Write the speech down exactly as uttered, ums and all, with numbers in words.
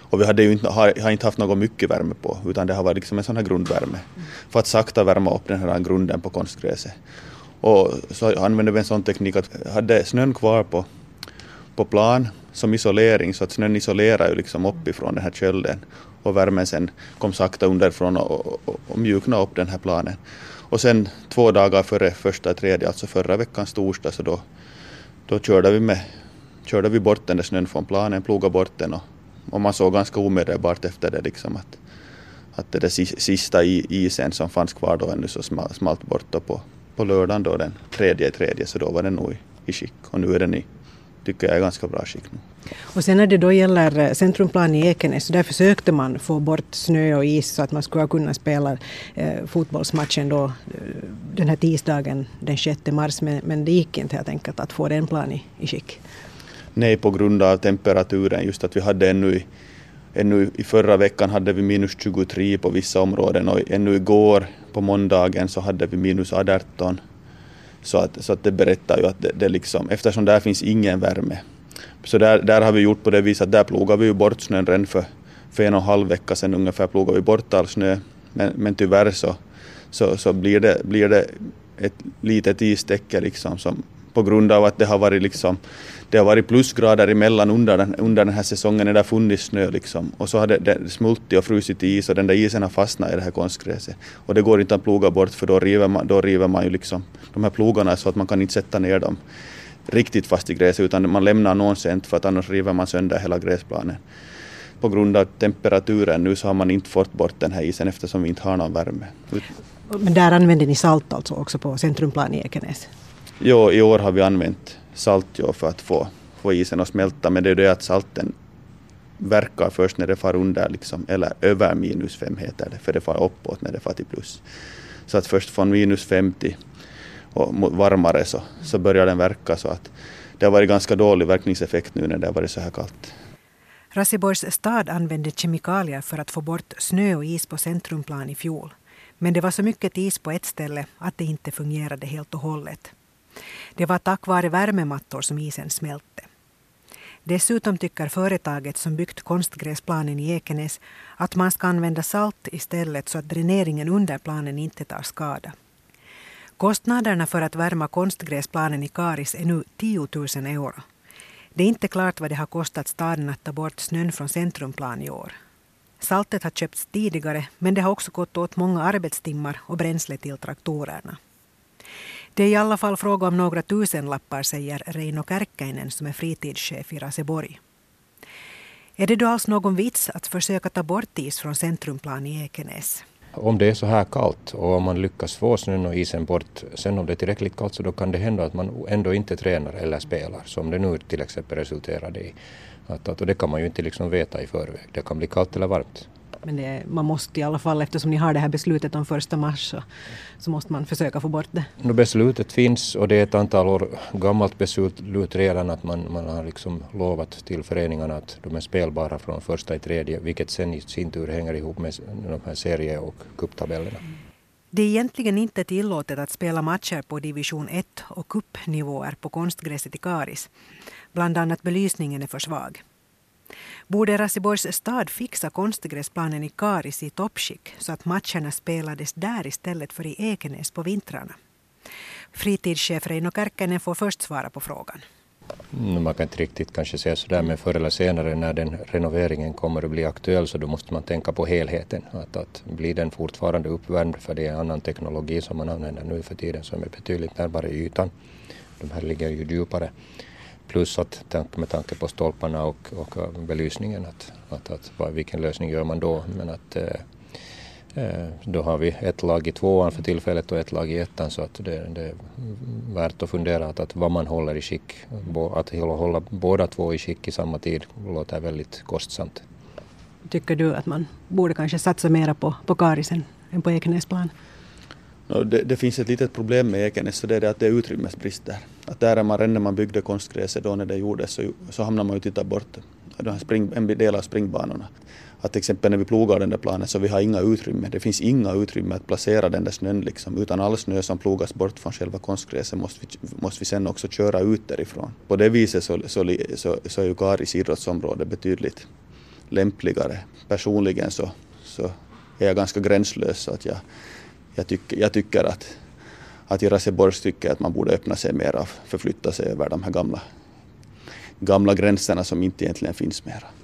Och vi hade ju inte, har, har inte haft något mycket värme på, utan det har varit liksom en sån här grundvärme. Mm. För att sakta värma upp den här grunden på konstgräset. Och så använde vi en sån teknik att hade snön kvar på, på plan som isolering, så att snön isolerar ju liksom uppifrån den här kölden. Och värmen sen kom sakta underifrån och, och, och, och mjukna upp den här planen. Och sen två dagar före första tredje, alltså förra veckans torsdag, så då, då körde, vi med, körde vi bort den där snön från planen, plogade bort den. Och, och man såg ganska omedelbart efter det liksom att, att det där sista isen som fanns kvar då ännu så smalt bort då på, på lördagen då den tredje tredje, så då var den nog i, i skick. Och nu är den i, tycker jag är ganska bra skick nu. Och sen när det då gäller centrumplan i Ekenäs, så där försökte man få bort snö och is så att man skulle kunna spela eh, fotbollsmatchen då den här tisdagen den sjätte mars, men, men det gick inte helt enkelt att få den plan i, i skick. Nej, på grund av temperaturen, just att vi hade ännu i, ännu i förra veckan hade vi minus tjugotre på vissa områden och ännu igår på måndagen så hade vi minus arton. Så att, så att det berättar ju att det, det liksom, eftersom där finns ingen värme. Så där, där har vi gjort på det viset att där plogar vi ju bort snön redan för, för en och en halv vecka sedan ungefär plogar vi bort all snö. Men, men tyvärr så, så, så blir, det, blir det ett litet istäcke liksom som, på grund av att det har varit liksom, det har varit plusgrader emellan under den, under den här säsongen när det har funnits snö liksom. Och så har det, det smultit och frusit i is och den där isen har fastnat i det här konstgräset. Och det går inte att ploga bort för då river man, då river man ju liksom de här plogarna så att man kan inte sätta ner dem riktigt fast i gräset utan man lämnar någon cent för att annars river man sönder hela gräsplanen. På grund av temperaturen nu så har man inte fått bort den här isen eftersom vi inte har någon värme. Men där använder ni salt alltså också på centrumplan i Ekenäs? Jo, i år har vi använt salt ja, för att få, få isen att smälta, men det är det att salten verkar först när det far under liksom, eller över minus fem heter det, för det far uppåt när det far till plus. Så att först från minus femtio och varmare så, så börjar den verka, så att det har varit ganska dålig verkningseffekt nu när det har varit så här kallt. Raseborgs stad använde kemikalier för att få bort snö och is på centrumplan i fjol. Men det var så mycket is på ett ställe att det inte fungerade helt och hållet. Det var tack vare värmemattor som isen smälte. Dessutom tycker företaget som byggt konstgräsplanen i Ekenäs att man ska använda salt istället så att dräneringen under planen inte tar skada. Kostnaderna för att värma konstgräsplanen i Karis är nu tio tusen euro. Det är inte klart vad det har kostat staden att ta bort snön från centrumplan i år. Saltet har köpts tidigare, men det har också gått åt många arbetstimmar och bränsle till traktorerna. Det är i alla fall fråga om några tusenlappar, säger Reino Kärkkäinen som är fritidschef i Raseborg. Är det då alls någon vits att försöka ta bort is från centrumplan i Ekenäs? Om det är så här kallt och om man lyckas få snön och isen bort, sen om det är tillräckligt kallt så då kan det hända att man ändå inte tränar eller spelar, som det nu till exempel resulterade i. Att, att, och det kan man ju inte liksom veta i förväg. Det kan bli kallt eller varmt. Men det, man måste i alla fall, eftersom ni har det här beslutet om första mars, så, så måste man försöka få bort det. No, beslutet finns och det är ett antal år gammalt beslut redan att man, man har liksom lovat till föreningarna att de är spelbara från första i tredje, vilket sen i sin tur hänger ihop med de här serie- och cuptabellerna. Det är egentligen inte tillåtet att spela matcher på division ett och cupnivåer på konstgräset i Karis. Bland annat belysningen är för svag. Borde Raseborgs stad fixa konstgräsplanen i Karis i toppskick så att matcherna spelades där istället för i Ekenäs på vintrarna? Fritidschef Reino Kärkkäinen får först svara på frågan. Man kan inte riktigt kanske säga sådär, men förr eller senare när den renoveringen kommer att bli aktuell så då måste man tänka på helheten. Att, att blir den fortfarande uppvärmd, för det är annan teknologi som man använder nu för tiden som är betydligt närmare ytan. De här ligger ju djupare. Plus att med tanke på stolparna och, och belysningen, att, att, att vilken lösning gör man då? Men att eh, då har vi ett lag i tvåan för tillfället och ett lag i ettan, så att det, det är värt att fundera att, att vad man håller i skick. Att hålla båda två i skick i samma tid låter väldigt kostsamt. Tycker du att man borde kanske satsa mera på, på Karisen än på Ekenäsplan? No, det, det finns ett litet problem med Ekenäs, så det är det att det är utrymmesbrist där. Att där är man redan när man byggde konstgräset då när det gjordes så, så hamnar man ju titta bort spring, en del av springbanorna. Att till exempel när vi plogar den där planen så vi har inga utrymme. Det finns inga utrymme att placera den där snön liksom. Utan all snö som plogas bort från själva konstgräset måste vi, måste vi sen också köra ut därifrån. På det viset så, så, så, så är ju Karis idrottsområde betydligt lämpligare. Personligen så, så är jag ganska gränslös, så att jag, jag, tycker, jag tycker att, att i Raseborgs tycker att man borde öppna sig mer av, förflytta sig över de här gamla, gamla gränserna som inte egentligen finns mera.